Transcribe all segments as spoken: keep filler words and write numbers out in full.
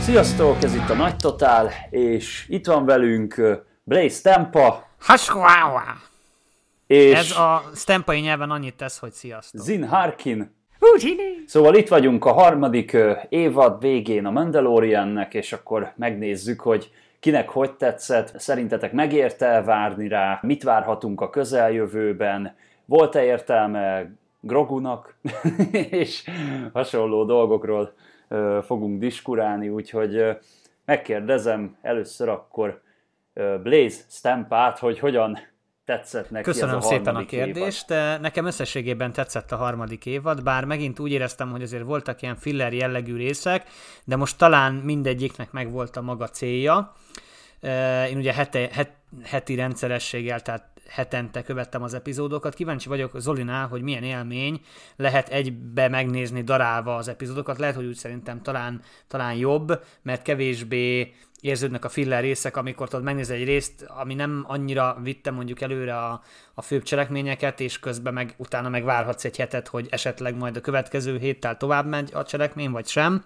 Sziasztok, ez itt a Nagy Totál, és itt van velünk Blaze Stampa. Hasquawa! És ez a stampai nyelven annyit tesz, hogy sziasztok. Zin Harkin. Szóval itt vagyunk a harmadik évad végén a Mandaloriannek, és akkor megnézzük, hogy kinek hogy tetszett, szerintetek megérte várni rá, mit várhatunk a közeljövőben, volt-e értelme Grogunak, és hasonló dolgokról uh, fogunk diskurálni, úgyhogy uh, megkérdezem először akkor uh, Blaze Stampát, hogy hogyan tetszett neki. Köszönöm ez a szépen harmadik a kérdést. Évad. Nekem összességében tetszett a harmadik évad, bár megint úgy éreztem, hogy azért voltak ilyen filler jellegű részek, de most talán mindegyiknek megvolt a maga célja. Én ugye heti, het, heti rendszerességgel, tehát hetente követtem az epizódokat. Kíváncsi vagyok Zolinál, hogy milyen élmény lehet egybe megnézni darálva az epizódokat. Lehet, hogy úgy szerintem talán, talán jobb, mert kevésbé érződnek a filler részek, amikor tudod megnézni egy részt, ami nem annyira vitte mondjuk előre a, a főbb cselekményeket, és közben meg utána meg várhatsz egy hetet, hogy esetleg majd a következő héttel tovább megy a cselekmény, vagy sem.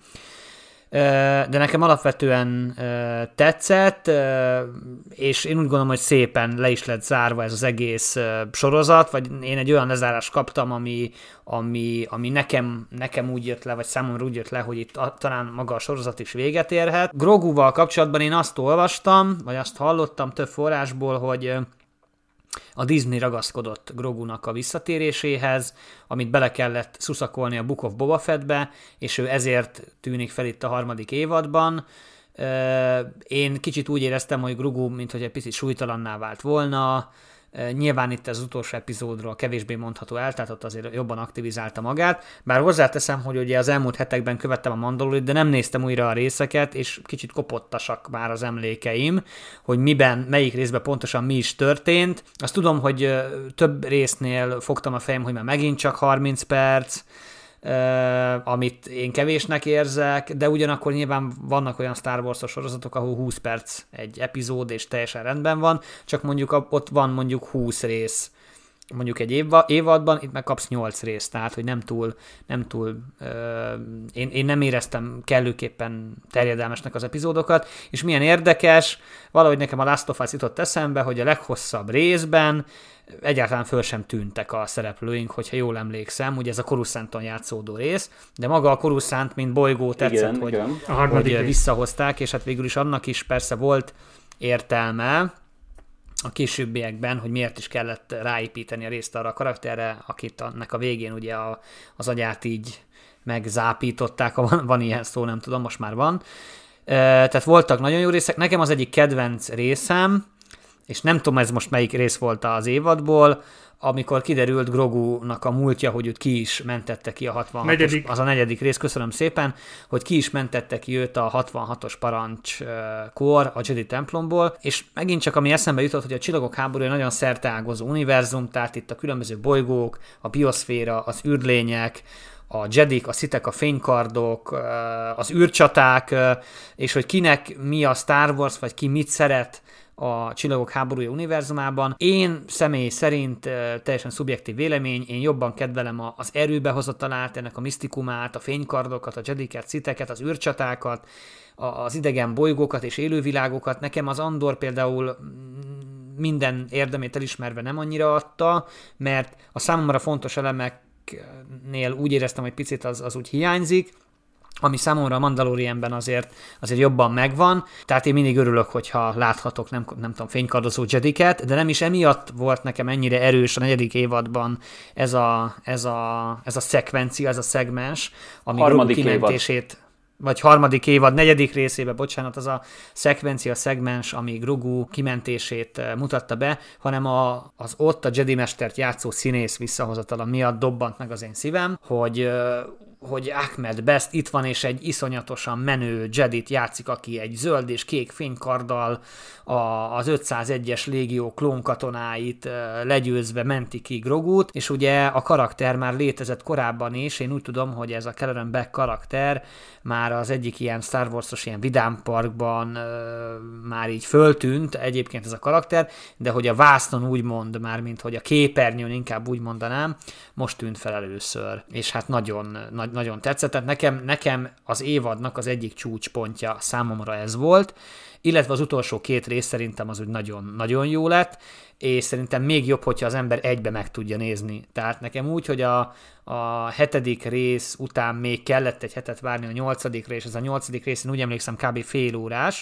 De nekem alapvetően tetszett, és én úgy gondolom, hogy szépen le is lett zárva ez az egész sorozat, vagy én egy olyan lezárást kaptam, ami, ami, ami nekem, nekem úgy jött le, vagy számomra úgy jött le, hogy itt talán maga a sorozat is véget érhet. Groguval kapcsolatban én azt olvastam, vagy azt hallottam több forrásból, hogy a Disney ragaszkodott Grogunak a visszatéréséhez, amit bele kellett szuszakolni a Book of Boba Fettbe, és ő ezért tűnik fel itt a harmadik évadban. Én kicsit úgy éreztem, hogy Grogu, mint hogy egy picit súlytalanná vált volna. Nyilván itt az utolsó epizódról kevésbé mondható el, tehát ott azért jobban aktivizálta magát. Bár hozzáteszem, hogy ugye az elmúlt hetekben követtem a Mandaloriant, de nem néztem újra a részeket, és kicsit kopottasak már az emlékeim, hogy miben, melyik részben pontosan mi is történt. Azt tudom, hogy több résznél fogtam a fejem, hogy már megint csak harminc perc, Uh, amit én kevésnek érzek, de ugyanakkor nyilván vannak olyan Star Wars-os sorozatok, ahol húsz perc egy epizód, és teljesen rendben van, csak mondjuk a, ott van mondjuk húsz rész, mondjuk egy éva, évadban, itt meg kapsz nyolc részt, tehát hogy nem túl, nem túl uh, én, én nem éreztem kellőképpen terjedelmesnek az epizódokat, és milyen érdekes, valahogy nekem a Last of Us jutott eszembe, hogy a leghosszabb részben egyáltalán föl sem tűntek a szereplőink, hogyha jól emlékszem, ugye ez a Coruscanton játszódó rész, de maga a Coruscant, mint bolygó tetszett, igen, hogy, igen. hogy visszahozták, és hát végül is annak is persze volt értelme a későbbiekben, hogy miért is kellett ráépíteni a részt arra a karakterre, akit annak a végén ugye a, az agyát így megzápították, van, van ilyen szó, nem tudom, most már van. E, tehát voltak nagyon jó részek, nekem az egyik kedvenc részem, és nem tudom, ez most melyik rész volt az évadból, amikor kiderült Grogunak a múltja, hogy őt ki is mentette ki a hatvanhatos, az a negyedik rész, köszönöm szépen, hogy ki is mentette ki őt a hatvanhatos parancskor a Jedi templomból, és megint csak ami eszembe jutott, hogy a Csillagok háborúja nagyon szerteágazó univerzum, tehát itt a különböző bolygók, a bioszféra, az űrlények, a Jedik, a Sithek, a fénykardok, az űrcsaták, és hogy kinek mi a Star Wars, vagy ki mit szeret a Csillagok háborúja univerzumában. Én személy szerint teljesen szubjektív vélemény, én jobban kedvelem az erőbehozatalát, ennek a misztikumát, a fénykardokat, a Jediket, Sitheket, az űrcsatákat, az idegen bolygókat és élővilágokat. Nekem az Andor például minden érdemét elismerve nem annyira adta, mert a számomra fontos elemeknél úgy éreztem, hogy picit az, az úgy hiányzik, ami számomra a Mandalorianben azért, azért jobban megvan, tehát én mindig örülök, hogyha láthatok, nem, nem tudom, fénykardozó Jediket, de nem is emiatt volt nekem ennyire erős a negyedik évadban ez a, ez a, ez a szekvencia, ez a szegmens, ami Grogu kimentését, évad. vagy harmadik évad, negyedik részében, bocsánat, az a szekvencia, szegmens, ami Grogu kimentését mutatta be, hanem a, az ott a Jedi mestert játszó színész visszahozatala miatt dobbant meg az én szívem, hogy hogy Ahmed Best itt van, és egy iszonyatosan menő Jedit játszik, aki egy zöld és kék fénykarddal a, az ötszázegyes légió klónkatonáit legyőzve menti ki Grogut, és ugye a karakter már létezett korábban is, én úgy tudom, hogy ez a Kelleran Beck karakter már az egyik ilyen Star Wars-os ilyen vidámparkban már így föltűnt egyébként ez a karakter, de hogy a vásznon úgymond már, mint hogy a képernyőn inkább úgy mondanám, most tűnt fel először, és hát nagyon, nagy, nagyon tetszett, tehát nekem, nekem az évadnak az egyik csúcspontja számomra ez volt, illetve az utolsó két rész szerintem az úgy nagyon, nagyon jó lett, és szerintem még jobb, hogyha az ember egybe meg tudja nézni. Tehát nekem úgy, hogy a, a hetedik rész után még kellett egy hetet várni a nyolcadikra, és ez a nyolcadik rész, én úgy emlékszem, kb. Fél órás,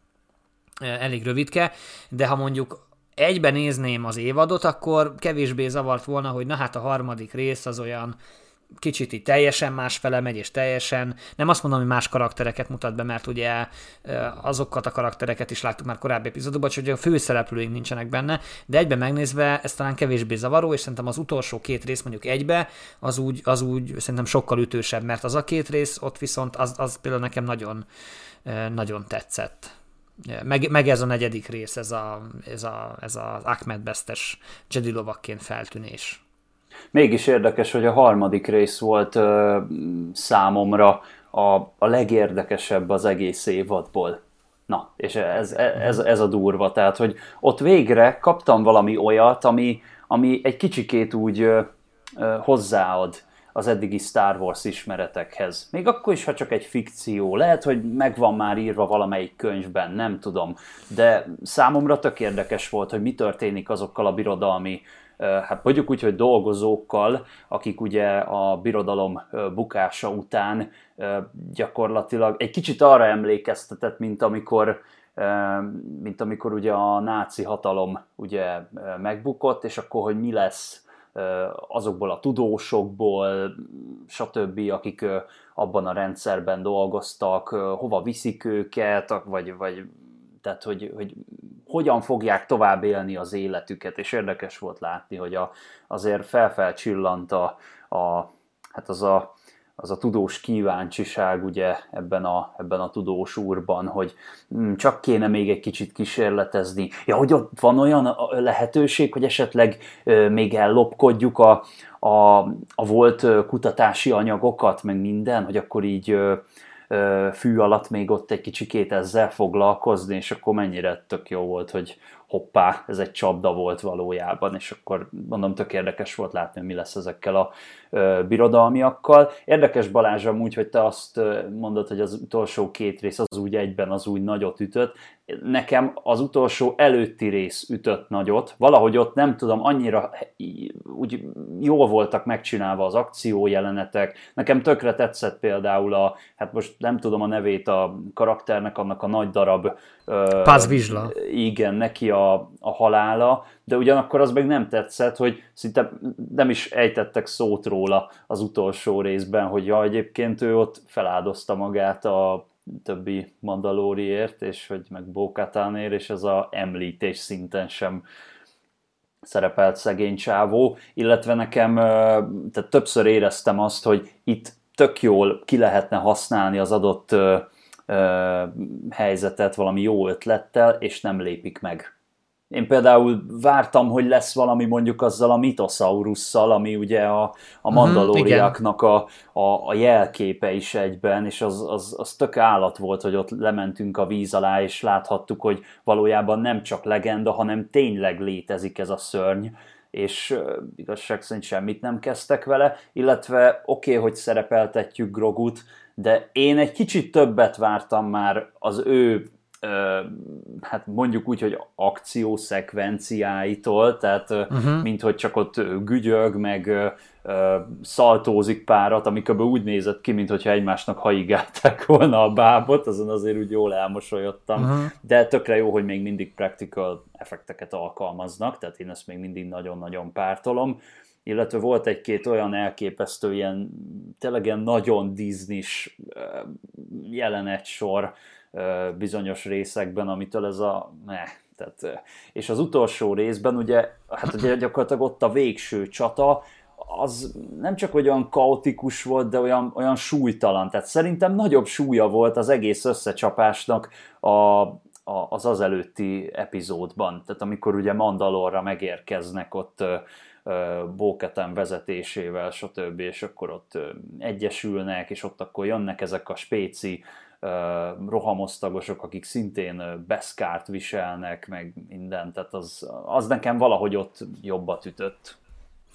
elég rövidke, de ha mondjuk egyben nézném az évadot, akkor kevésbé zavart volna, hogy na hát a harmadik rész az olyan kicsit így teljesen másfele megy, és teljesen, nem azt mondom, hogy más karaktereket mutat be, mert ugye azokat a karaktereket is láttuk már korábbi epizódokban, hogy a főszereplőink nincsenek benne, de egyben megnézve ez talán kevésbé zavaró, és szerintem az utolsó két rész mondjuk egybe, az úgy, az úgy szerintem sokkal ütősebb, mert az a két rész ott viszont az, az például nekem nagyon, nagyon tetszett. Meg, meg ez a negyedik rész, ez, a, ez, a, ez az Ahmed Bestes Jedi lovakként feltűnés. Mégis érdekes, hogy a harmadik rész volt ö, számomra a, a legérdekesebb az egész évadból. Na, és ez, ez, ez a durva, tehát, hogy ott végre kaptam valami olyat, ami, ami egy kicsikét úgy ö, ö, hozzáad az eddigi Star Wars ismeretekhez. Még akkor is, ha csak egy fikció. Lehet, hogy megvan már írva valamelyik könyvben, nem tudom. De számomra tök érdekes volt, hogy mi történik azokkal a birodalmi, hát mondjuk úgy, hogy dolgozókkal, akik ugye a birodalom bukása után gyakorlatilag egy kicsit arra emlékeztetett, mint amikor, mint amikor ugye a náci hatalom ugye megbukott, és akkor, hogy mi lesz azokból a tudósokból, stb., akik abban a rendszerben dolgoztak, hova viszik őket, vagy, vagy tehát, hogy, hogy hogyan fogják tovább élni az életüket, és érdekes volt látni, hogy a, azért felfelcsillant a, a, hát az a, az a tudós kíváncsiság ugye ebben a, ebben a tudós úrban, hogy hm, csak kéne még egy kicsit kísérletezni. Ja, hogy ott van olyan lehetőség, hogy esetleg euh, még ellopkodjuk a, a, a volt kutatási anyagokat, meg minden, hogy akkor így euh, fű alatt még ott egy kicsikét ezzel foglalkozni, és akkor mennyire tök jó volt, hogy hoppá, ez egy csapda volt valójában, és akkor mondom, tök érdekes volt látni, hogy mi lesz ezekkel a ö, birodalmiakkal. Érdekes, Balázs, amúgy, hogy te azt mondod, hogy az utolsó két rész az úgy egyben az úgy nagyot ütött. Nekem az utolsó előtti rész ütött nagyot. Valahogy ott nem tudom, annyira úgy jól voltak megcsinálva az akciójelenetek. Nekem tökre tetszett például a, hát most nem tudom a nevét a karakternek, annak a nagy darab. Paz Vizsla. Igen, neki a, a halála, de ugyanakkor az meg nem tetszett, hogy szinte nem is ejtettek szót róla az utolsó részben, hogy ja, egyébként ő ott feláldozta magát a többi Mandaloriért, és hogy meg Bo-Katanért, és ez a említés szinten sem szerepelt szegény csávó, illetve nekem tehát többször éreztem azt, hogy itt tök jól ki lehetne használni az adott helyzetet valami jó ötlettel, és nem lépik meg. Én például vártam, hogy lesz valami mondjuk azzal a Mitosaurusszal, ami ugye a, a Mandaloriaknak a, a, a jelképe is egyben, és az, az, az tök állat volt, hogy ott lementünk a víz alá, és láthattuk, hogy valójában nem csak legenda, hanem tényleg létezik ez a szörny, és uh, igazság szerint semmit nem kezdtek vele, illetve oké, okay, hogy szerepeltetjük Grogut, de én egy kicsit többet vártam már az ő hát mondjuk úgy, hogy akciószekvenciáitól, tehát uh-huh. mint hogy csak ott gügyög, meg szaltózik párat, amikor úgy nézett ki, mint hogyha egymásnak haigálták volna a bábot, azon azért úgy jól elmosolyodtam, uh-huh. de tökre jó, hogy még mindig practical effekteket alkalmaznak, tehát én ezt még mindig nagyon-nagyon pártolom, illetve volt egy-két olyan elképesztő ilyen tényleg ilyen nagyon Disney-s jelenetsor bizonyos részekben, amitől ez a... Ne, tehát, és az utolsó részben ugye, hát ugye gyakorlatilag ott a végső csata, az nem csak olyan kaotikus volt, de olyan, olyan súlytalan. Tehát szerintem nagyobb súlya volt az egész összecsapásnak a, a, az az előtti epizódban. Tehát amikor ugye Mandalorra megérkeznek ott Bo-Katan vezetésével, stb. És akkor ott egyesülnek, és ott akkor jönnek ezek a spéci rohamosztagosok, akik szintén beszkárt viselnek, meg minden, tehát az, az nekem valahogy ott jobbat ütött.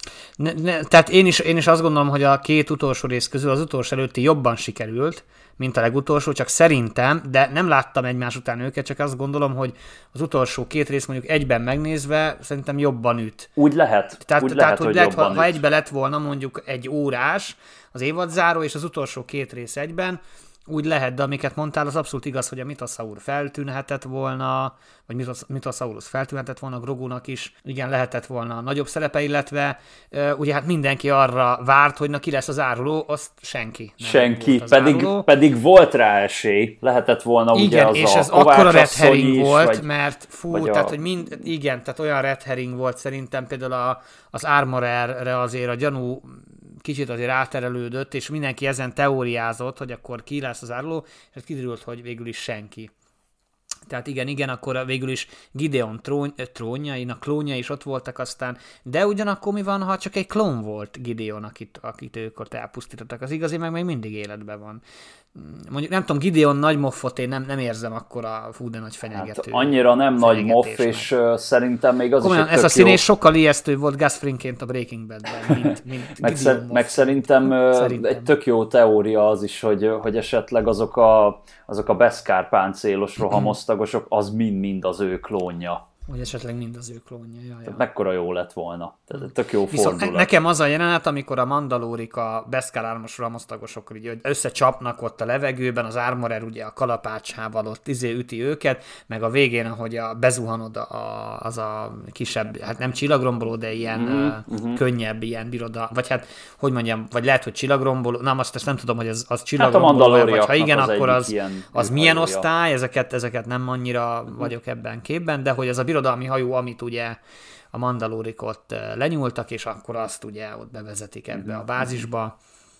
Ne, ne, tehát én is, én is azt gondolom, hogy a két utolsó rész közül az utolsó előtti jobban sikerült, mint a legutolsó, csak szerintem, de nem láttam egymás után őket, csak azt gondolom, hogy az utolsó két rész mondjuk egyben megnézve szerintem jobban üt. Úgy lehet. Tehát, úgy tehát lehet, hogy, hogy lehet, ha, jobban ha üt. egybe lett volna mondjuk egy órás az évadzáró és az utolsó két rész egyben, úgy lehet, de amiket mondtál, az abszolút igaz, hogy a Mythosaur feltűnhetett volna, vagy Mythosaurus feltűnhetett volna, Grogunak is, igen, lehetett volna nagyobb szerepe, illetve uh, ugye hát mindenki arra várt, hogy na ki lesz az áruló, azt senki. Senki, pedig, pedig volt rá esély, lehetett volna igen, ugye az és a ez akkora red herring is, volt, vagy, mert fú, vagy tehát a... hogy mind, igen, tehát olyan red herring volt szerintem például a, az Armorerre azért a gyanú kicsit azért áterelődött, és mindenki ezen teóriázott, hogy akkor ki lesz az áruló, és kiderült, hogy végül is senki. Tehát igen, igen, akkor végül is Gideon trón, trónjainak klónja is ott voltak aztán, de ugyanakkor mi van, ha csak egy klón volt Gideon, akit, akit ők ott elpusztítottak, az igazi meg még mindig életben van. Mondjuk nem tudom, Gideon nagy moffot én nem, nem érzem akkor a fú, de nagy fenyegető. Hát annyira nem nagy moff, és uh, szerintem még az komolyan, is egy ez a tök színés jó... sokkal ijesztő volt Gus Fringként a Breaking Badben, mint, mint meg, szer- meg szerintem, szerintem egy tök jó teória az is, hogy, hogy esetleg azok a, azok a Beskar páncélos rohamosztagosok, az mind-mind az ő klónja. Hogy esetleg mind az ő klónja. Ja, ja. Mekkora jó lett volna. Tehát tök jó Viszont fordulat. Nekem az a jelenet, amikor a mandalórik a Beskar ármos rohamosztagosokkal így összecsapnak ott a levegőben, az Armorer ugye a kalapácsával ott izé üti őket, meg a végén, ahogy a, bezuhanod a, az a kisebb, hát nem csillagromboló, de ilyen mm, uh, uh-huh. könnyebb, ilyen biroda, vagy hát, hogy mondjam, vagy lehet, hogy csillagromboló, nem, azt, azt nem tudom, hogy az, az csillagromboló, hát vagy ha igen, az akkor az, az milyen osztály, ezeket, ezeket nem annyira vagyok ebben képben, de hogy az a birodalmi hajó, amit ugye a mandalórik ott lenyúltak, és akkor azt ugye ott bevezetik ebbe a bázisba,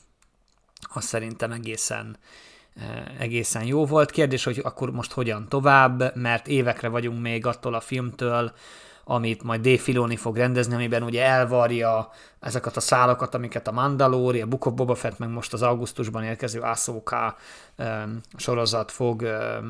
az szerintem egészen, egészen jó volt. Kérdés, hogy akkor most hogyan tovább, mert évekre vagyunk még attól a filmtől, amit majd Dave Filoni fog rendezni, amiben ugye elvarja ezeket a szálakat, amiket a Mandalori, a Book of Boba Fett, meg most az augusztusban érkező Ahsoka um, sorozat fog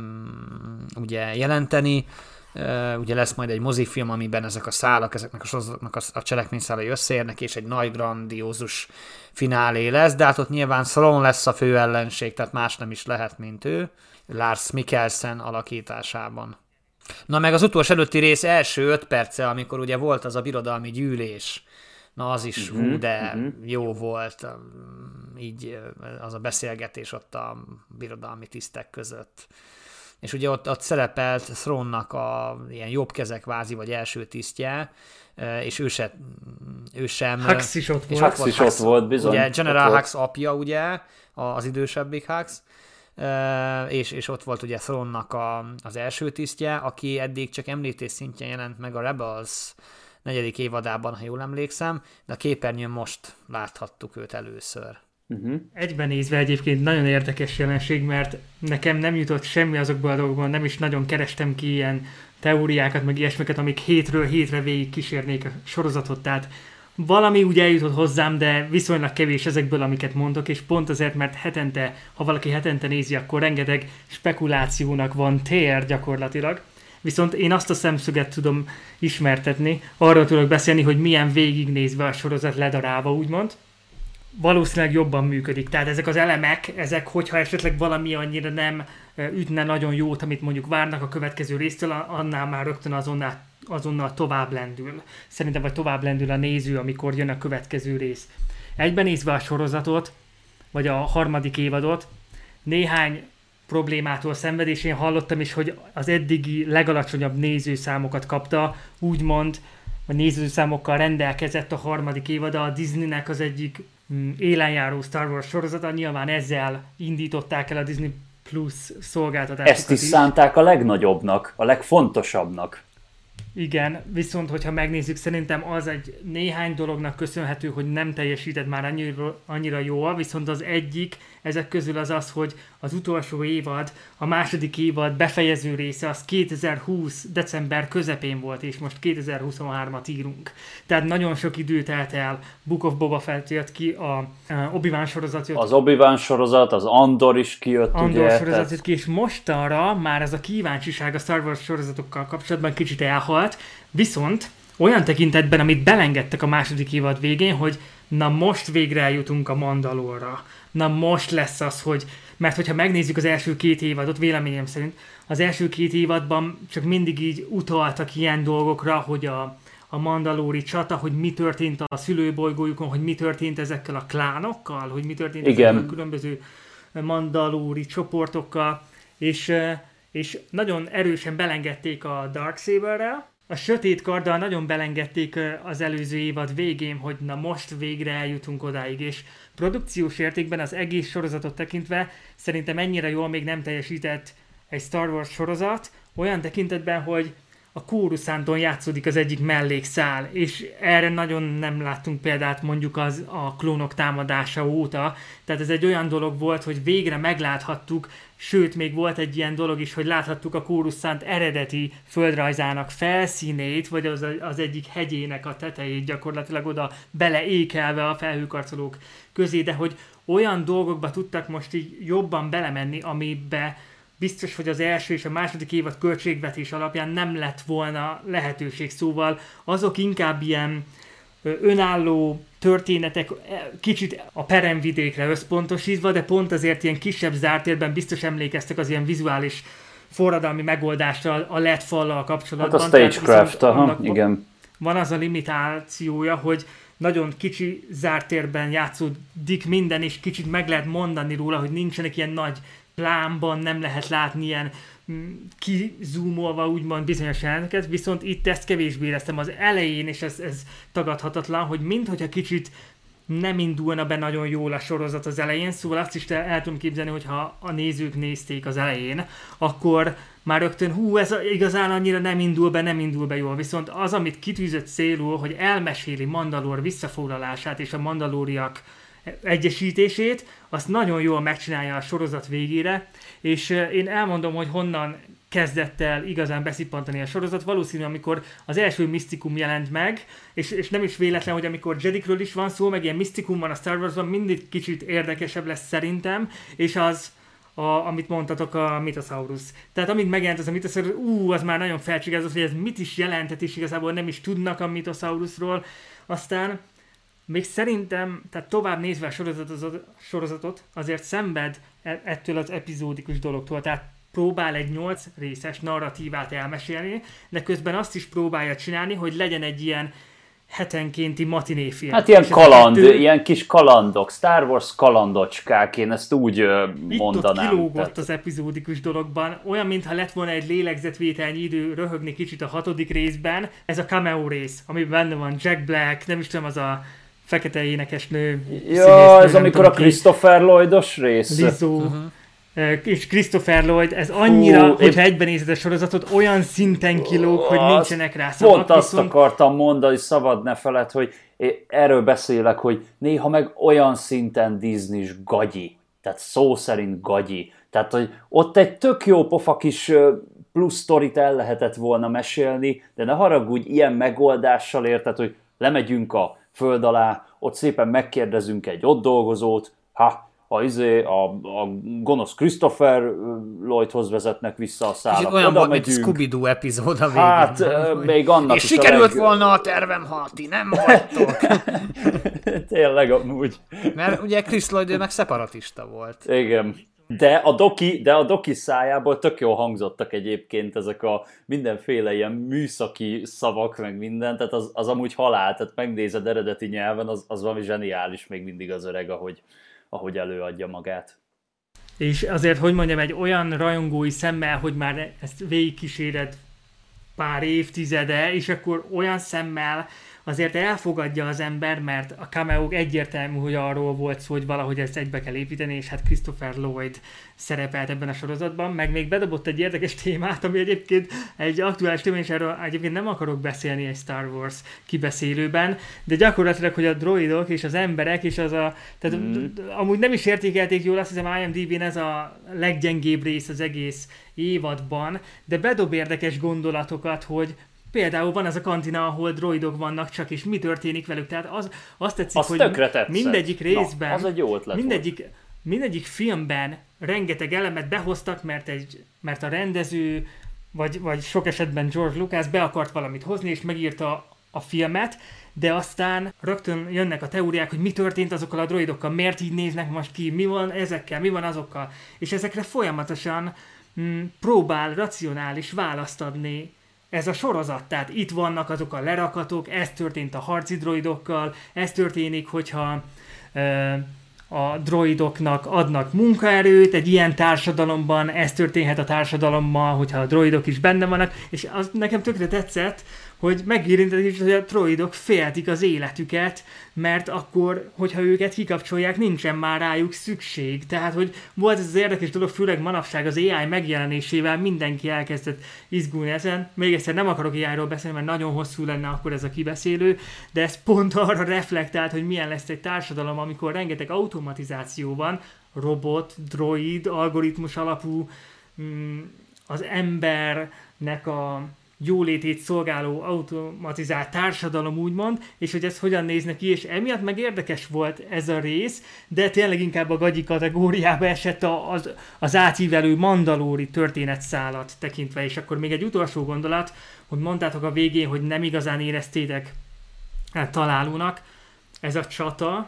um, ugye jelenteni. Uh, ugye lesz majd egy mozifilm, amiben ezek a szálak, ezeknek a sorozatoknak a, a cselekményszálai összeérnek, és egy nagy, grandiózus finálé lesz, de hát ott nyilván Thrawn lesz a fő ellenség, tehát más nem is lehet, mint ő, Lars Mikkelsen alakításában. Na meg az utolsó előtti rész első öt perce, amikor ugye volt az a birodalmi gyűlés, na az is uh-huh, hú, de uh-huh. jó volt, így az a beszélgetés ott a birodalmi tisztek között. És ugye ott, ott szerepelt Thrawnnak a ilyen jobb kezek vázi, vagy első tisztje, és ő, se, ő sem... Hux is ott volt. Hux is ott volt, bizony. Ugye General Hux apja, ugye, az idősebbik Hux, és, és ott volt ugye Thrawnnak a, az első tisztje, aki eddig csak említés szintjén jelent meg a Rebels negyedik évadában, ha jól emlékszem, de a képernyőn most láthattuk őt először. Uh-huh. Egyben nézve egyébként nagyon érdekes jelenség, mert nekem nem jutott semmi azokból a dolgokból, nem is nagyon kerestem ki ilyen teóriákat, meg ilyesmiket, amik hétről hétre végig kísérnék a sorozatot, tehát valami úgy eljutott hozzám, de viszonylag kevés ezekből, amiket mondok, és pont azért, mert hetente, ha valaki hetente nézi, akkor rengeteg spekulációnak van tér gyakorlatilag. Viszont én azt a szemszöget tudom ismertetni, arról tudok beszélni, hogy milyen végignézve a sorozat ledarálva, úgymond. Valószínűleg jobban működik. Tehát ezek az elemek, ezek, hogyha esetleg valami annyira nem ütne nagyon jót, amit mondjuk várnak a következő résztől, annál már rögtön azonnal, azonnal tovább lendül. Szerintem vagy tovább lendül a néző, amikor jön a következő rész. Egyben nézve a sorozatot, vagy a harmadik évadot, néhány problémától szenved, és én hallottam is, hogy az eddigi legalacsonyabb nézőszámokat kapta, úgymond a nézőszámokkal rendelkezett a harmadik évada, a Disneynek az egyik élenjáró Star Wars sorozata, nyilván ezzel indították el a Disney Plus szolgáltatásokat. Ezt is, is szánták a legnagyobbnak, a legfontosabbnak. Igen, viszont hogyha megnézzük, szerintem az egy néhány dolognak köszönhető, hogy nem teljesített már annyira, annyira jól, viszont az egyik ezek közül az az, hogy az utolsó évad, a második évad befejező része az kétezer-húsz december közepén volt, és most kétezer-huszonhármat írunk. Tehát nagyon sok idő telt el, Book of Boba Fett jött ki, a Obi-Wan sorozat jött. Az Obi-Wan sorozat, az Andor is kijött, Andor ugye? sorozat tehát... jött ki, és mostanra már ez a kíváncsiság a Star Wars sorozatokkal kapcsolatban kicsit elhalt, viszont olyan tekintetben, amit belengedtek a második évad végén, hogy na most végre eljutunk a Mandalorra. Na most lesz az, hogy... Mert hogyha megnézzük az első két évadot, véleményem szerint, az első két évadban csak mindig így utaltak ilyen dolgokra, hogy a, a mandalóri csata, hogy mi történt a szülőbolygójukon, hogy mi történt ezekkel a klánokkal, hogy mi történt Igen. ezekkel a különböző mandalóri csoportokkal, és, és nagyon erősen belengedték a Darksaberrel. A sötét karddal nagyon belengedték az előző évad végén, hogy na most végre eljutunk odáig, és produkciós értékben az egész sorozatot tekintve szerintem ennyire jól még nem teljesített egy Star Wars sorozat, olyan tekintetben, hogy a Coruscanton játszódik az egyik mellékszál, és erre nagyon nem láttunk példát mondjuk az a klónok támadása óta, tehát ez egy olyan dolog volt, hogy végre megláthattuk, sőt még volt egy ilyen dolog is, hogy láthattuk a Coruscant eredeti földrajzának felszínét, vagy az, az egyik hegyének a tetejét gyakorlatilag oda beleékelve a felhőkarcolók közé, de hogy olyan dolgokba tudtak most így jobban belemenni, amibe biztos, hogy az első és a második évad költségvetés alapján nem lett volna lehetőség, szóval azok inkább ilyen önálló történetek, kicsit a peremvidékre összpontosítva, de pont azért ilyen kisebb zártérben biztos emlékeztek az ilyen vizuális forradalmi megoldásra a led fallal kapcsolatban. Hát a Stagecraft, aha, igen. Van az a limitációja, hogy nagyon kicsi zártérben játszódik minden, és kicsit meg lehet mondani róla, hogy nincsenek ilyen nagy plánban, nem lehet látni ilyen kizúmolva úgymond bizonyos jeleneteket, viszont itt ezt kevésbé éreztem az elején, és ez, ez tagadhatatlan, hogy minthogyha kicsit nem indulna be nagyon jól a sorozat az elején, szóval azt is el tudom képzelni, hogyha a nézők nézték az elején, akkor már rögtön hú, ez igazán annyira nem indul be, nem indul be jól, viszont az, amit kitűzött célul, hogy elmeséli Mandalor visszafoglalását és a mandalóriak egyesítését, azt nagyon jól megcsinálja a sorozat végére, és én elmondom, hogy honnan kezdett el igazán beszippantani a sorozat. Valószínű, amikor az első misztikum jelent meg, és, és nem is véletlen, hogy amikor Jedikről is van szó, meg ilyen misztikum van a Star Warsban, mindig kicsit érdekesebb lesz szerintem, és az, a, amit mondtatok, a Mythosaurus. Tehát amint megjelent az a Mythosaurus, ú, az már nagyon felcsigázott, hogy ez mit is jelentett, és igazából nem is tudnak a Mythosaurusról. Aztán még szerintem, tehát tovább nézve a sorozatot, sorozatot azért szenved ettől az epizódikus dologtól, tehát próbál egy nyolc részes narratívát elmesélni, de közben azt is próbálja csinálni, hogy legyen egy ilyen hetenkénti matinéfilm. Hát ilyen kaland, kettő... ilyen kis kalandok, Star Wars kalandocskák, én ezt úgy uh, mondanám. Itt ott kilógott tehát... az epizódikus dologban, olyan, mintha lett volna egy lélegzetvételnyi idő röhögni kicsit a hatodik részben, ez a cameo rész, amiben benne van Jack Black, nem is tudom, az a fekete énekesnő. Ja, ez amikor a Christopher Lloydos rész. Lizzo. Uh-huh. És Christopher Lloyd, ez annyira, Hú, hogyha én... egyben nézed a sorozatot, olyan szinten kilóg, hogy nincsenek rá szavak. Pont azt viszont... akartam mondani, szabad ne feled, hogy erről beszélek, hogy néha meg olyan szinten Disney-s gagyi. Tehát szó szerint gagyi. Tehát, hogy ott egy tök jó pofa kis plusz sztorit el lehetett volna mesélni, de ne haragudj, ilyen megoldással érted, hogy lemegyünk a föld alá, ott szépen megkérdezünk egy ott dolgozót, ha, a, izé, a, a gonosz Christopher Lloydhoz vezetnek vissza a szálak. És olyan volt, mint Scooby-Doo epizód a végén. Hát, uh, még annak és is sikerült leg... volna a tervem, ha ti nem vagytok. Tényleg amúgy. Mert ugye Chris Lloyd meg szeparatista volt. Igen. De a doki, de a doki szájából tök jól hangzottak egyébként ezek a mindenféle ilyen műszaki szavak, meg minden, tehát az, az amúgy halál, tehát megnézed eredeti nyelven, az, az valami zseniális még mindig az öreg, ahogy, ahogy előadja magát. És azért, hogy mondjam, egy olyan rajongói szemmel, hogy már ezt végigkíséred pár évtizede, és akkor olyan szemmel azért elfogadja az ember, mert a cameók egyértelmű, hogy arról volt szó, hogy valahogy ezt egybe kell építeni, és hát Christopher Lloyd szerepelt ebben a sorozatban, meg még bedobott egy érdekes témát, ami egyébként egy aktuális téma, és erről egyébként nem akarok beszélni egy Star Wars kibeszélőben, de gyakorlatilag, hogy a droidok és az emberek, és az a, tehát mm. amúgy nem is értékelték jól, azt hiszem I M D B-n ez a leggyengébb rész az egész évadban, de bedob érdekes gondolatokat, hogy például van ez a kantina, ahol droidok vannak csak, és mi történik velük. Tehát az, azt tetszik, azt hogy mindegyik részben, Na, az egy jó ötlet mindegyik, volt. mindegyik filmben rengeteg elemet behoztak, mert, egy, mert a rendező, vagy, vagy sok esetben George Lucas be akart valamit hozni, és megírta a filmet, de aztán rögtön jönnek a teóriák, hogy mi történt azokkal a droidokkal, miért így néznek most ki, mi van ezekkel, mi van azokkal, és ezekre folyamatosan mm, próbál racionális választ adni ez a sorozat. Tehát itt vannak azok a lerakatok, ez történt a harci droidokkal, ez történik, hogyha ö, a droidoknak adnak munkaerőt, egy ilyen társadalomban ez történhet a társadalommal, hogyha a droidok is benne vannak, és az nekem tökre tetszett, hogy megérintetik is, hogy a droidok féltik az életüket, mert akkor, hogyha őket kikapcsolják, nincsen már rájuk szükség. Tehát, hogy volt ez az érdekes dolog, főleg manapság az á i megjelenésével mindenki elkezdett izgulni ezen. Még egyszer nem akarok á i-ról beszélni, mert nagyon hosszú lenne akkor ez a kibeszélő, de ez pont arra reflektált, hogy milyen lesz egy társadalom, amikor rengeteg automatizáció van, robot, droid, algoritmus alapú, az embernek a jólétét szolgáló automatizált társadalom úgymond, és hogy ez hogyan néz neki, és emiatt meg érdekes volt ez a rész, de tényleg inkább a gagyi kategóriába esett az, az átívelő mandalóri történetszálat tekintve, és akkor még egy utolsó gondolat, hogy mondtátok a végén, hogy nem igazán éreztétek találónak, ez a csata,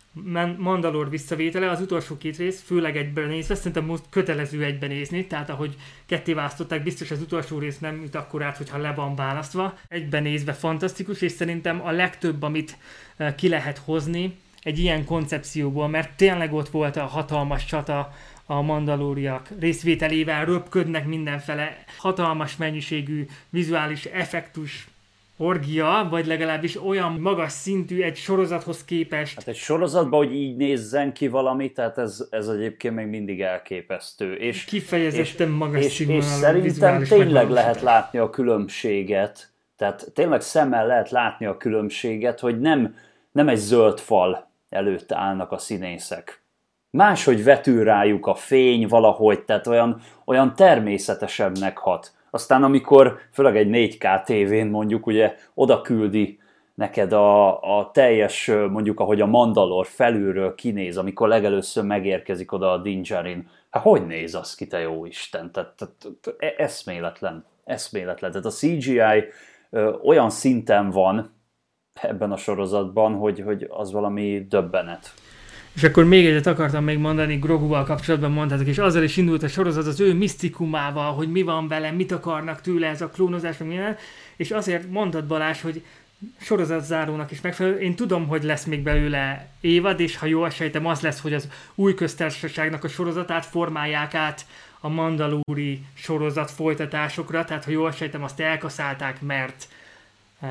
Mandalor visszavétele, az utolsó két rész, főleg egyben nézve, szerintem most kötelező egyben nézni, tehát ahogy ketté választották, biztos az utolsó rész nem jut akkor át, hogyha le van választva. Egyben nézve fantasztikus, és szerintem a legtöbb, amit ki lehet hozni egy ilyen koncepcióból, mert tényleg ott volt a hatalmas csata a mandalóriak részvételével, röpködnek mindenfele, hatalmas mennyiségű vizuális effektus, orgia, vagy legalábbis olyan magas szintű egy sorozathoz képest. Hát egy sorozatban, hogy így nézzen ki valami, tehát ez, ez egyébként még mindig elképesztő. És, kifejezetten magas és, és, és szerintem tényleg lehet látni a különbséget, tehát tényleg szemmel lehet látni a különbséget, hogy nem, nem egy zöld fal előtt állnak a színészek. Máshogy vetül rájuk a fény valahogy, tehát olyan, olyan természetesebbnek hat. Aztán amikor, főleg egy négy ká tévén mondjuk, ugye oda küldi neked a, a teljes, mondjuk ahogy a Mandalor felülről kinéz, amikor legelőször megérkezik oda a Din Djarin. Hát hogy néz az ki, te jó Isten? Tehát, tehát eszméletlen, eszméletlen. Tehát a cé gé i ö, olyan szinten van ebben a sorozatban, hogy, hogy az valami döbbenet. És akkor még egyet akartam még mondani, Groguval kapcsolatban mondtátok, és azzal is indult a sorozat az ő misztikumával, hogy mi van vele, mit akarnak tőle, ez a klónozás, minden, és azért mondtad Balázs, hogy sorozatzárónak is megfelelő. Én tudom, hogy lesz még belőle évad, és ha jól sejtem, az lesz, hogy az új köztársaságnak a sorozatát formálják át a mandalóri sorozat folytatásokra, tehát ha jól sejtem, azt elkaszálták, mert eh,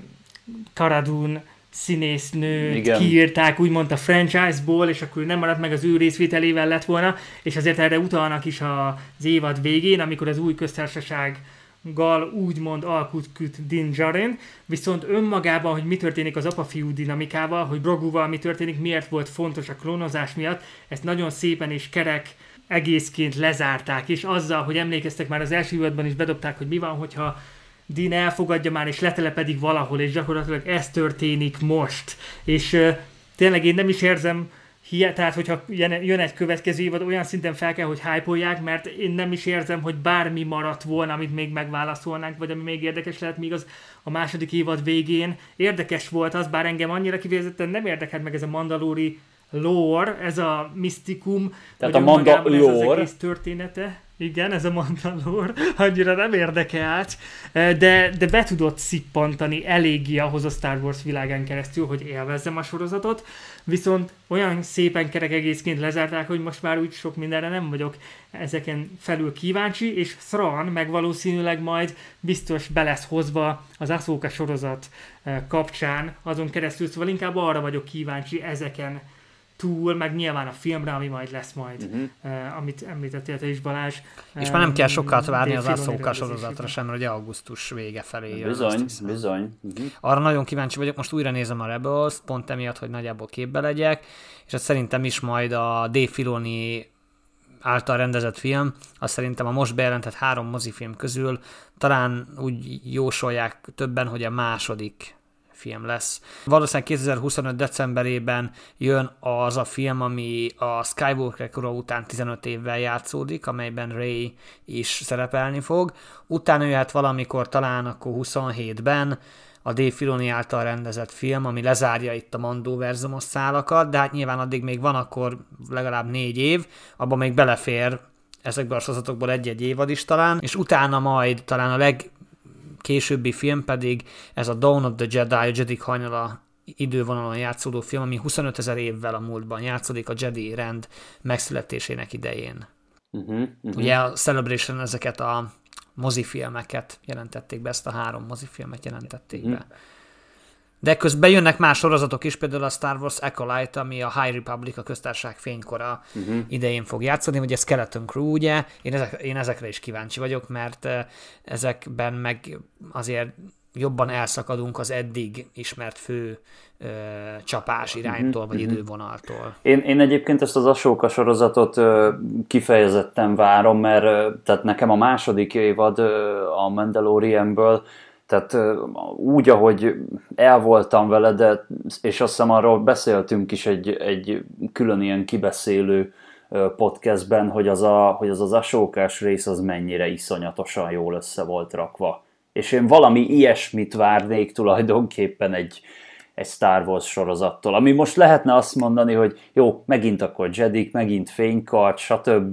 Cara Dune színésznőt igen. kiírták úgymond a franchise-ból, és akkor nem maradt meg az ő részvételével lett volna, és azért erre utalnak is az évad végén, amikor az új köztársasággal úgymond alkut küld Din Djarin, viszont önmagában, hogy mi történik az apa-fiú dinamikával, hogy Groguval mi történik, miért volt fontos a klónozás miatt, ezt nagyon szépen és kerek egészként lezárták, és azzal, hogy emlékeztek már az első évadban is bedobták, hogy mi van, hogyha Din elfogadja már, és letelepedik valahol, és gyakorlatilag ez történik most. És uh, tényleg én nem is érzem, hiá, tehát hogyha jön egy következő évad, olyan szinten fel kell, hogy hype-olják, mert én nem is érzem, hogy bármi maradt volna, amit még megválaszolnánk, vagy ami még érdekes lehet, míg az a második évad végén érdekes volt az, bár engem annyira kifejezetten nem érdekelt meg ez a mandalóri lore, ez a misztikum, tehát a Mandalore ez az egész története. Igen, ez a Mandalore annyira nem érdekelt, de, de be tudott szippantani eléggé ahhoz a Star Wars világán keresztül, hogy élvezzem a sorozatot, viszont olyan szépen kerek egészként lezárták, hogy most már úgy sok mindenre nem vagyok ezeken felül kíváncsi, és Thrawn meg valószínűleg majd biztos be lesz hozva az Ahsoka sorozat kapcsán azon keresztül, szóval inkább arra vagyok kíváncsi ezeken túl, meg nyilván a filmre, ami majd lesz majd, uh-huh. uh, amit említettél te is, Balázs. És um, már nem kell sokat várni az Ahsoka sorozatra sem, mert ugye augusztus vége felé jön. Bizony, bizony. Uh-huh. Arra nagyon kíváncsi vagyok, most újra nézem a Rebels, pont emiatt, hogy nagyjából képbe legyek, és ez szerintem is majd a Dave Filoni által rendezett film, azt szerintem a most bejelentett három mozifilm közül talán úgy jósolják többen, hogy a második film lesz. Valószínűleg kétezer-huszonöt decemberében jön az a film, ami a Skywalker kora után tizenöt évvel játszódik, amelyben Rey is szerepelni fog. Utána jöhet valamikor talán akkor huszonhétben a Dave Filoni által rendezett film, ami lezárja itt a Mando verzumos szálakat, de hát nyilván addig még van akkor legalább négy év, abban még belefér ezekből a sorozatokból egy-egy évad is talán, és utána majd talán a legkésőbbi film pedig ez a Dawn of the Jedi, a Jedik hajnala idővonalon játszódó film, ami huszonötezer évvel a múltban játszódik a Jedi rend megszületésének idején. Uh-huh, uh-huh. Ugye a Celebration ezeket a mozifilmeket jelentették be, ezt a három mozifilmet jelentették uh-huh. be. De közben jönnek más sorozatok is, például a Star Wars Acolyte, ami a High Republic, a köztársaság fénykora uh-huh. idején fog játszódni, ugye Skeleton Crew, ugye, én, ezek, én ezekre is kíváncsi vagyok, mert ezekben meg azért jobban elszakadunk az eddig ismert fő ö, csapás iránytól, vagy uh-huh. idővonaltól. Én, én egyébként ezt az Ahsoka sorozatot ö, kifejezetten várom, mert ö, tehát nekem a második évad ö, a Mandalorianből, tehát ö, úgy, ahogy el voltam vele, de, és azt hiszem arról beszéltünk is egy, egy külön ilyen kibeszélő ö, podcastben, hogy az a, hogy az, az Ahsokás rész az mennyire iszonyatosan jól össze volt rakva. És én valami ilyesmit várnék tulajdonképpen egy, egy Star Wars sorozattól, ami most lehetne azt mondani, hogy jó, megint akkor Jedik, megint fénykard, stb.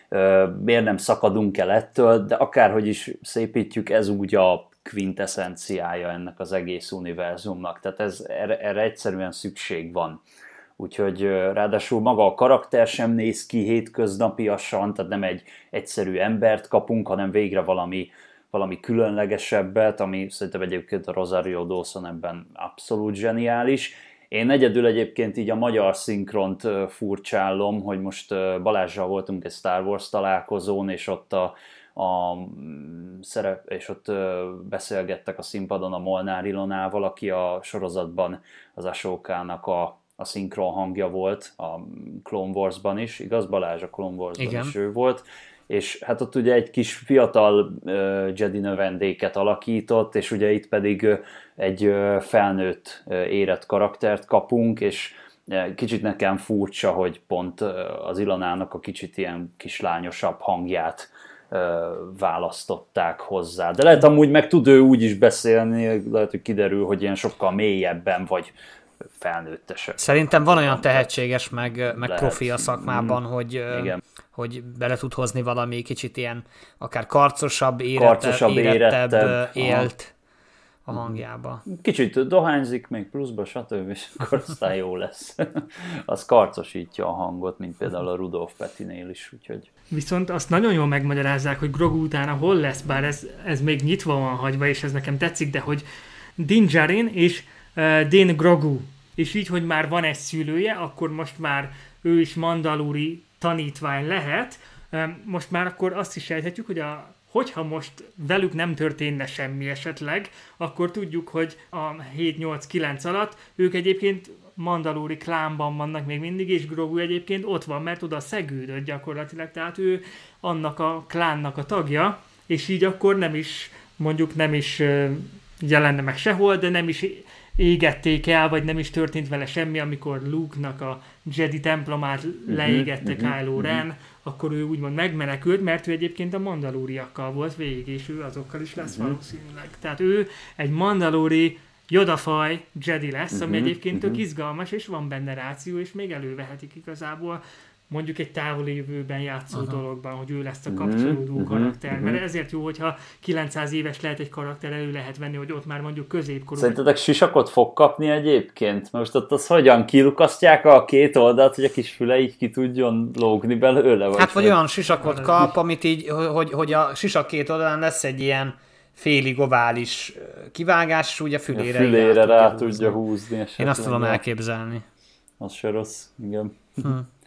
Miért nem szakadunk el ettől, de akárhogy is szépítjük, ez úgy a quintessenciája ennek az egész univerzumnak, tehát ez, erre, erre egyszerűen szükség van. Úgyhogy ráadásul maga a karakter sem néz ki hétköznapiasan, tehát nem egy egyszerű embert kapunk, hanem végre valami valami különlegesebbet, ami szerintem egyébként a Rosario Dawson ebben abszolút zseniális. Én egyedül egyébként így a magyar szinkront furcsálom, hogy most Balázsral voltunk egy Star Wars találkozón, és ott, a, a, szerep, és ott beszélgettek a színpadon a Molnár Ilonával, aki a sorozatban az Ahsokának a, a szinkron hangja volt, a Clone Warsban is, igaz Balázs? A Clone Warsban Igen. is ő volt. És hát ott ugye egy kis fiatal uh, Jedi növendéket alakított, és ugye itt pedig uh, egy uh, felnőtt uh, érett karaktert kapunk, és uh, kicsit nekem furcsa, hogy pont uh, az Ilonának a kicsit ilyen kislányosabb hangját uh, választották hozzá. De lehet amúgy meg tud ő úgy is beszélni, lehet, hogy kiderül, hogy ilyen sokkal mélyebben vagy felnőttesebb. Szerintem van olyan tehetséges, meg, meg profi a szakmában, mm, hogy... Igen. hogy bele tud hozni valami kicsit ilyen akár karcosabb, érettebb, karcosabb, érettebb, érettebb élt a hangjába. Kicsit dohányzik még pluszba, stb. És akkor aztán jó lesz. Az karcosítja a hangot, mint például a Rudolf Petinél is. Úgyhogy... Viszont azt nagyon jól megmagyarázzák, hogy Grogu utána hol lesz, bár ez, ez még nyitva van hagyva, és ez nekem tetszik, de hogy Din Djarin és uh, Din Grogu, és így, hogy már van egy szülője, akkor most már ő is mandalúri tanítvány lehet. Most már akkor azt is sejthetjük, hogy a, hogyha most velük nem történne semmi esetleg, akkor tudjuk, hogy a hét nyolc kilenc alatt ők egyébként mandalúri klánban vannak még mindig, és Grogu egyébként ott van, mert oda szegődött gyakorlatilag, tehát ő annak a klánnak a tagja, és így akkor nem is, mondjuk nem is jelenne meg sehol, de nem is égették el, vagy nem is történt vele semmi, amikor Luke-nak a Jedi templomát leégette uh-huh, Kylo Ren, uh-huh. akkor ő úgymond megmenekült, mert ő egyébként a mandalúriakkal volt végig, és ő azokkal is lesz uh-huh. valószínűleg. Tehát ő egy mandalúri Yoda-faj Jedi lesz, ami uh-huh, egyébként uh-huh. tök izgalmas, és van benne ráció, és még elővehetik igazából mondjuk egy távoli jövőben játszó Aha. dologban, hogy ő lesz a kapcsolódó uh-huh, karakter. Uh-huh. Mert ezért jó, hogyha kilencszáz éves lehet egy karakter, elő lehet venni, hogy ott már mondjuk középkorú. Szerintetek sisakot fog kapni egyébként? Most ott az hogyan kilukasztják a két oldalt, hogy a kis füle így ki tudjon lógni belőle? Vagy hát vagy olyan sisakot kap, amit így, hogy, hogy a sisak két oldalán lesz egy ilyen félig ovális kivágás, és úgy a fülére, a fülére rá, rá tudja húzni. húzni Én azt tudom elképzelni. Az se rossz, igen. Hm.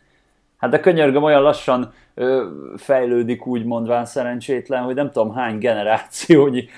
Hát de könyörgöm, olyan lassan ö, fejlődik úgy mondván szerencsétlen, hogy nem tudom hány generációnyi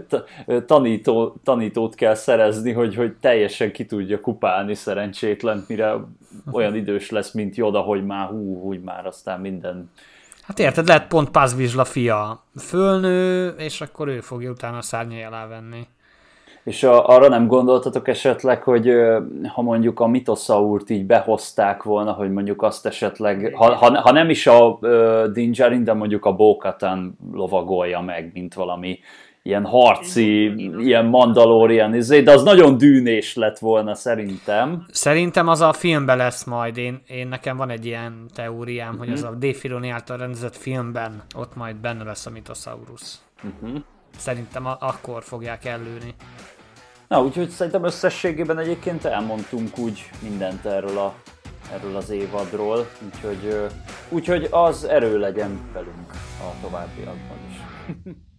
tanító, tanítót kell szerezni, hogy, hogy teljesen ki tudja kupálni szerencsétlen, mire olyan idős lesz, mint Yoda, hogy már hú, hogy már aztán minden... Hát érted, lehet pont Paz Vizsla fia fölnő, és akkor ő fogja utána a szárnyai alá venni. És a, arra nem gondoltatok esetleg, hogy ha mondjuk a mitoszaurt így behozták volna, hogy mondjuk azt esetleg, ha, ha, ha nem is a uh, Din Djarin, de mondjuk a Bo-Katan lovagolja meg, mint valami ilyen harci, ilyen Mandalorian, de az nagyon dűnés lett volna szerintem. Szerintem az a filmben lesz majd. Én, én nekem van egy ilyen teóriám, uh-huh. hogy az a Dave Filoni által rendezett filmben ott majd benne lesz a Mythosaurus. Uh-huh. Szerintem a- akkor fogják ellőni. Na, úgyhogy szerintem összességében egyébként elmondtunk úgy mindent erről, a, erről az évadról, úgyhogy, úgyhogy az erő legyen velünk a továbbiakban is.